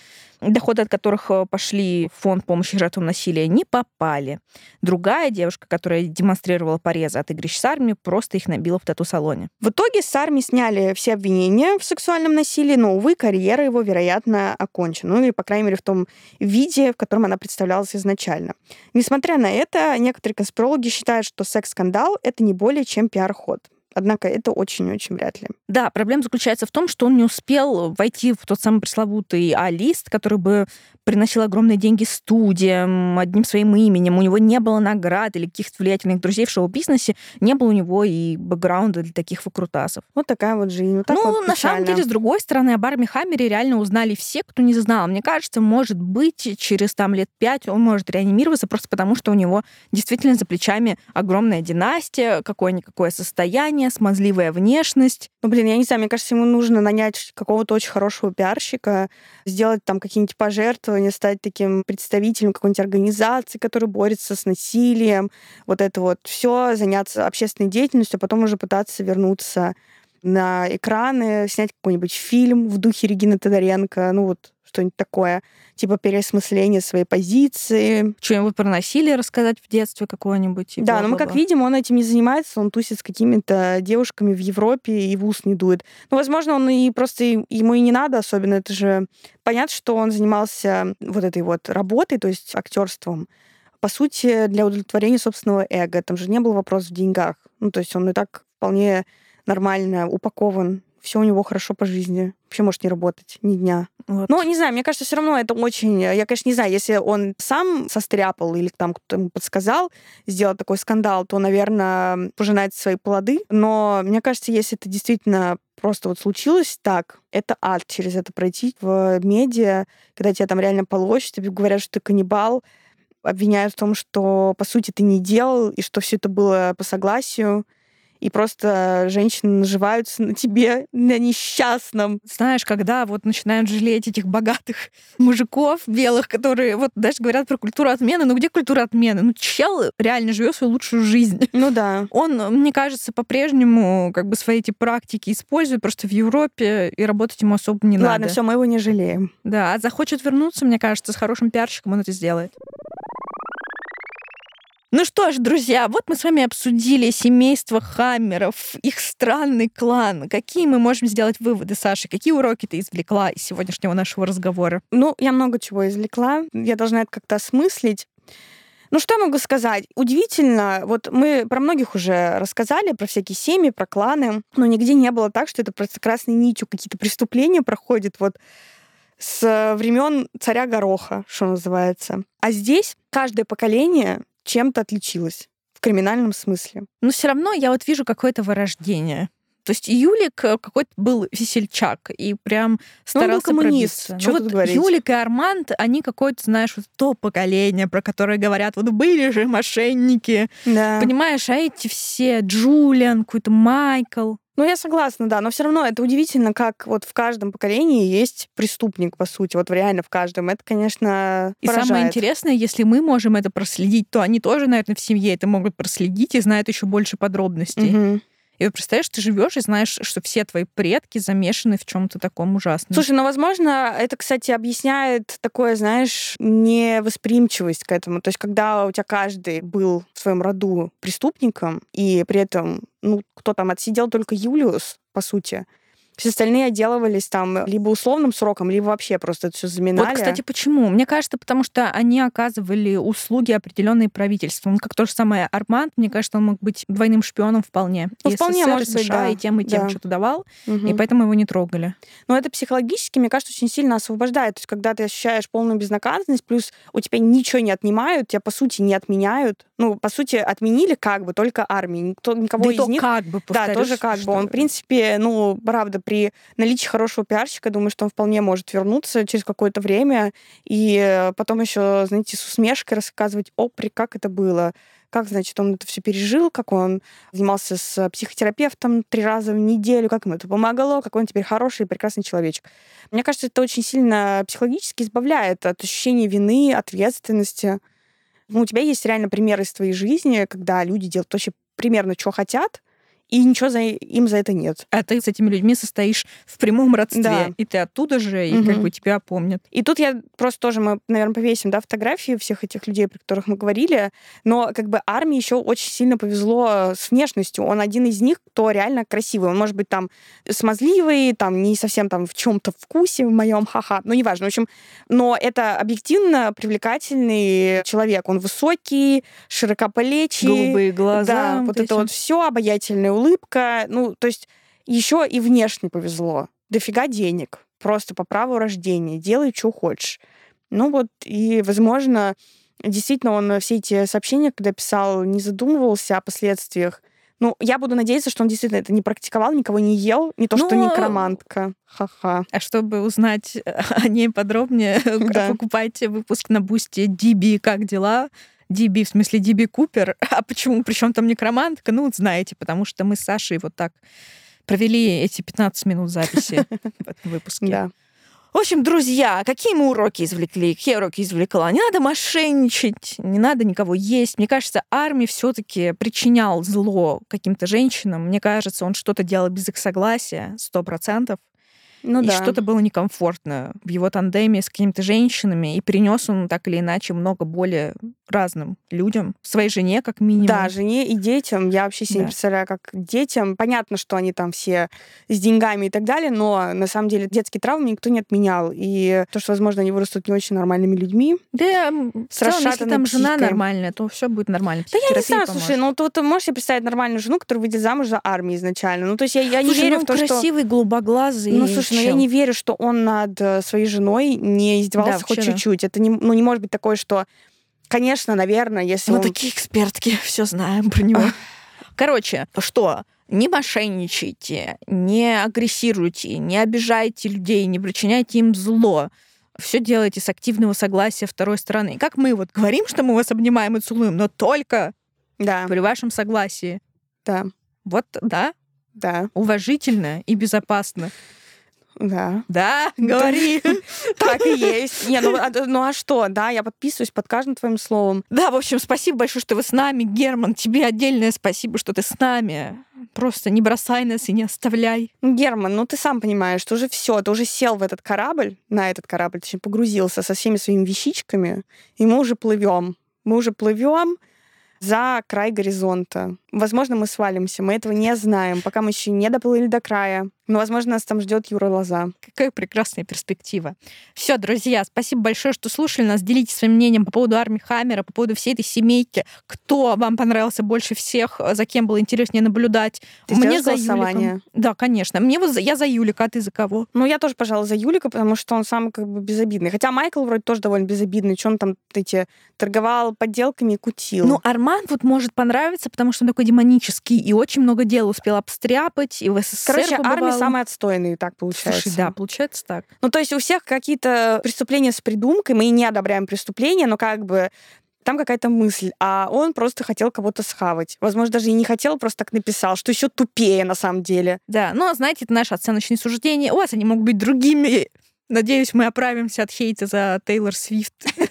доходы от которых э, пошли в фонд помощи жертвам насилия, не попали. Другая девушка, которая демонстрировала порезы от игрищ с армией, просто их набила в тату-салоне. В итоге с армии сняли все обвинения в сексуальном насилии, но, увы, карьера его, вероятно, окончена. Ну, или, по крайней мере, в том виде, в котором она представлялась изначально. Несмотря на это, некоторые конспирологи считают, что секс-скандал — это не более чем пиар-ход. Однако это очень-очень вряд ли. Да, проблема заключается в том, что он не успел войти в тот самый пресловутый А-лист, который бы приносил огромные деньги студиям одним своим именем. У него не было наград или каких-то влиятельных друзей в шоу-бизнесе. Не было у него и бэкграунда для таких выкрутасов. Вот такая вот жизнь. Вот так ну, вот на самом деле, с другой стороны, о Барми Хаммере реально узнали все, кто не знал. Мне кажется, может быть, через там лет пять он может реанимироваться просто потому, что у него действительно за плечами огромная династия, какое-никакое состояние, смазливая внешность. Ну, блин, я не знаю, мне кажется, ему нужно нанять какого-то очень хорошего пиарщика, сделать там какие-нибудь пожертвования, стать таким представителем какой-нибудь организации, которая борется с насилием, вот это вот все, заняться общественной деятельностью, а потом уже пытаться вернуться на экраны, снять какой-нибудь фильм в духе Регины Тодоренко, ну вот что-нибудь такое, типа переосмысление своей позиции. Что-нибудь про насилие рассказать в детстве какое-нибудь. Да, но мы как видим, он этим не занимается, он тусит с какими-то девушками в Европе и в ус не дует. Ну, возможно, он и просто ему и не надо особенно, это же понятно, что он занимался вот этой вот работой, то есть актерством, по сути, для удовлетворения собственного эго. Там же не был вопрос в деньгах. Ну, то есть он и так вполне нормально упакован, все у него хорошо по жизни. Вообще может не работать ни дня. Вот. Но, не знаю, мне кажется, все равно это очень... Я, конечно, не знаю, если он сам состряпал или там кто-то ему подсказал сделать такой скандал, то, наверное, пожинает свои плоды. Но мне кажется, если это действительно просто вот случилось так, это ад через это пройти в медиа, когда тебя там реально полощут, тебе говорят, что ты каннибал, обвиняют в том, что, по сути, ты не делал, и что все это было по согласию. И просто женщины наживаются на тебе, на несчастном. Знаешь, когда вот начинают жалеть этих богатых мужиков белых, которые вот даже говорят про культуру отмены, ну где культура отмены? Ну чел реально живет свою лучшую жизнь. Ну да. Он, мне кажется, по-прежнему как бы свои эти практики использует просто в Европе, и работать ему особо не Ладно, надо. Ладно, все, мы его не жалеем. Да, а захочет вернуться, мне кажется, с хорошим пиарщиком он это сделает. Ну что ж, друзья, вот мы с вами обсудили семейство Хаммеров, их странный клан. Какие мы можем сделать выводы, Саша? Какие уроки ты извлекла из сегодняшнего нашего разговора? Ну, я много чего извлекла. Я должна это как-то осмыслить. Ну, что я могу сказать? Удивительно, вот мы про многих уже рассказали, про всякие семьи, про кланы, но нигде не было так, что это просто красной нитью какие-то преступления проходят вот с времен царя Гороха, что называется. А здесь каждое поколение чем-то отличилась в криминальном смысле. Но все равно я вот вижу какое-то вырождение. То есть Юлик какой-то был весельчак и прям старался он был коммунист. пробиться. Что Ну, тут вот говорить? Юлик и Арманд, они какое-то, знаешь, вот то поколение, про которое говорят, вот были же мошенники. Да. Понимаешь, а эти все Джулиан, какой-то Майкл. Ну, я согласна, да, но все равно это удивительно, как вот в каждом поколении есть преступник, по сути, вот реально в каждом. Это, конечно, И поражает. самое интересное, если мы можем это проследить, то они тоже, наверное, в семье это могут проследить и знают еще больше подробностей. Мгм. И вот представляешь, ты живешь и знаешь, что все твои предки замешаны в чем-то таком ужасном. Слушай, ну, возможно, это, кстати, объясняет такое, знаешь, невосприимчивость к этому. То есть, когда у тебя каждый был в своем роду преступником, и при этом, ну, кто там отсидел только Юлиус, по сути, все остальные отделывались там либо условным сроком, либо вообще просто это все заминали. Вот, кстати, почему? Мне кажется, потому что они оказывали услуги определенные правительству. Ну, как то же самое Арманд, мне кажется, он мог быть двойным шпионом вполне. Ну, И вполне СССР, может и быть, США, да. и тем, и тем Да. что-то давал, Мгм. и поэтому его не трогали. Но это психологически, мне кажется, очень сильно освобождает. То есть, когда ты ощущаешь полную безнаказанность, плюс у тебя ничего не отнимают, тебя, по сути, не отменяют. Ну, по сути, отменили как бы только армии. Никто, никого Да и из то них... как бы, Да, повторюсь, тоже как что- бы. Он, в принципе, ну, правда, при наличии хорошего пиарщика, думаю, что он вполне может вернуться через какое-то время и э, потом еще, знаете, с усмешкой рассказывать, о, при как это было, как, значит, он это все пережил, как он занимался с психотерапевтом три раза в неделю, как ему это помогало, какой он теперь хороший и прекрасный человечек. Мне кажется, это очень сильно психологически избавляет от ощущения вины, ответственности. Ну, у тебя есть реально примеры из твоей жизни, когда люди делают вообще примерно, что хотят, и ничего за, им за это нет. А ты с этими людьми состоишь в прямом родстве, Да. и ты оттуда же, и Мгм. как бы тебя помнят. И тут я просто тоже, мы, наверное, повесим, да, фотографии всех этих людей, про которых мы говорили, но как бы армии еще очень сильно повезло с внешностью. Он один из них, кто реально красивый. Он может быть там смазливый, там не совсем там в чем-то вкусе в моем, ха-ха, ну неважно. В общем, но это объективно привлекательный человек. Он высокий, широкоплечий. Голубые глаза. Да, вот это эти. вот все, обаятельная улыбка. Ну, то есть еще и внешне повезло. Дофига денег. Просто по праву рождения. Делай, что хочешь. Ну вот, и, возможно, действительно он все эти сообщения, когда писал, не задумывался о последствиях. Ну, я буду надеяться, что он действительно это не практиковал, никого не ел, не то, что Ну, некромантка. Ха-ха. А чтобы узнать о ней подробнее, Да. покупайте выпуск на Бусти Диби «Как дела?». Диби, в смысле Диби Купер. А почему? Причем там некромантка? Ну, вот знаете, потому что мы с Сашей вот так провели эти пятнадцать минут записи в этом выпуске. Да. В общем, друзья, какие мы уроки извлекли? Какие уроки извлекла? Не надо мошенничать, не надо никого есть. Мне кажется, Арми все-таки причинял зло каким-то женщинам. Мне кажется, он что-то делал без их согласия, сто процентов. Ну И да. что-то было некомфортно в его тандеме с какими-то женщинами, и принес он так или иначе много боли разным людям, своей жене как минимум. Да, жене и детям. Я вообще себе не Да. представляю, как детям. Понятно, что они там все с деньгами и так далее, но на самом деле детские травмы никто не отменял. И то, что, возможно, они вырастут не очень нормальными людьми. Да, м, в С целом, если расшатанной там жена психикой. нормальная, то все будет нормально. Да я не Психотерапия знаю, поможет. слушай, ну ты, ты можешь себе представить нормальную жену, которая выйдет замуж за армию изначально? Ну, то есть я, я не Слушай, верю ну, в то, что... красивый, голубоглазый. Ну, слушай, ну я чел. не верю, что он над э, своей женой не издевался Да, хоть вообще да. чуть-чуть. Это не, ну, не может быть такое, что, конечно, наверное, если Мы он... такие экспертки, все знаем про него. Короче, что? Не мошенничайте, не агрессируйте, не обижайте людей, не причиняйте им зло. Все делайте с активного согласия второй стороны. Как мы вот говорим, что мы вас обнимаем и целуем, но только Да, при вашем согласии. да, Вот, да, да, уважительно и безопасно. да. Да, говори. Так и есть. Не, ну, а, ну а что? Да, я подписываюсь под каждым твоим словом. Да, в общем, спасибо большое, что вы с нами. Герман, тебе отдельное спасибо, что ты с нами. Просто не бросай нас и не оставляй. Герман, ну ты сам понимаешь, что уже все, ты уже сел в этот корабль, на этот корабль, точнее, погрузился со всеми своими вещичками, и мы уже плывем. Мы уже плывем за край горизонта. Возможно, мы свалимся, мы этого не знаем, пока мы еще не доплыли до края. Но, возможно, нас там ждет Юра Лоза. Какая прекрасная перспектива. Все, друзья, спасибо большое, что слушали нас. Делитесь своим мнением по поводу Арми Хаммера, по поводу всей этой семейки. Кто вам понравился больше всех, за кем было интереснее наблюдать. Ты Мне сделаешь за голосование? Юлика. Да, конечно. Мне вот за- я за Юлика, а ты за кого? Ну, я тоже, пожалуй, за Юлика, потому что он самый как бы безобидный. Хотя Майкл вроде тоже довольно безобидный. Что он там эти торговал подделками и кутил. Ну, Арман вот может понравиться, потому что он такой демонический и очень много дел успел обстряпать, и в СССР Короче, побывал. армия самая отстойная, так получается. Слушай, да, получается так. Ну, то есть у всех какие-то преступления с придумкой, мы и не одобряем преступления, но как бы там какая-то мысль, а он просто хотел кого-то схавать. Возможно, даже и не хотел, просто так написал, что еще тупее на самом деле. Да, но, знаете, это наши оценочные суждения. У вас они могут быть другими. Надеюсь, мы оправимся от хейта за Тейлор Свифт.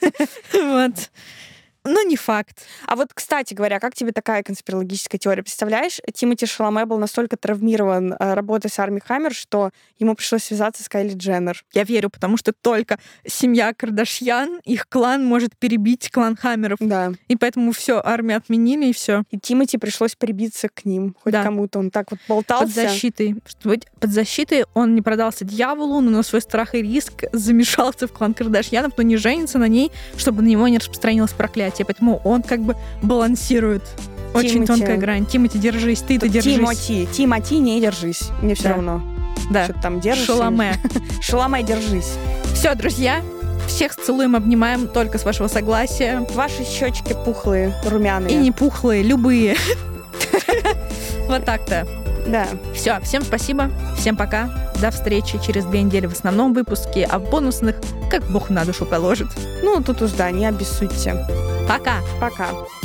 Вот. Но не факт. А вот, кстати говоря, как тебе такая конспирологическая теория? Представляешь, Тимоти Шаломе был настолько травмирован э, работой с Арми Хаммер, что ему пришлось связаться с Кайли Дженнер. Я верю, потому что только семья Кардашьян, их клан может перебить клан Хаммеров. Да. И поэтому все, армию отменили, и все. И Тимоти пришлось прибиться к ним. Хоть Да. кому-то он так вот болтался. Под защитой. Чтобы быть под защитой он не продался дьяволу, но на свой страх и риск замешался в клан Кардашьянов, но не женится на ней, чтобы на него не распространилось проклятие. Поэтому он как бы балансирует. Очень Тимоти. тонкая грань. Тимоти, держись, ты-то держись. Тимоти, Тимоти, не держись. Мне все Да. равно. Да. Что ты там держишься? Шаломе. Шаломе, держись. Все, друзья, всех целуем, обнимаем только с вашего согласия. Ваши щечки пухлые, румяные. И не пухлые, любые. Вот так-то. Да. Все, всем спасибо, всем пока. До встречи через две недели в основном выпуске, а в бонусных как Бог на душу положит. Ну, тут уж да, не обессудьте. Пока! Пока.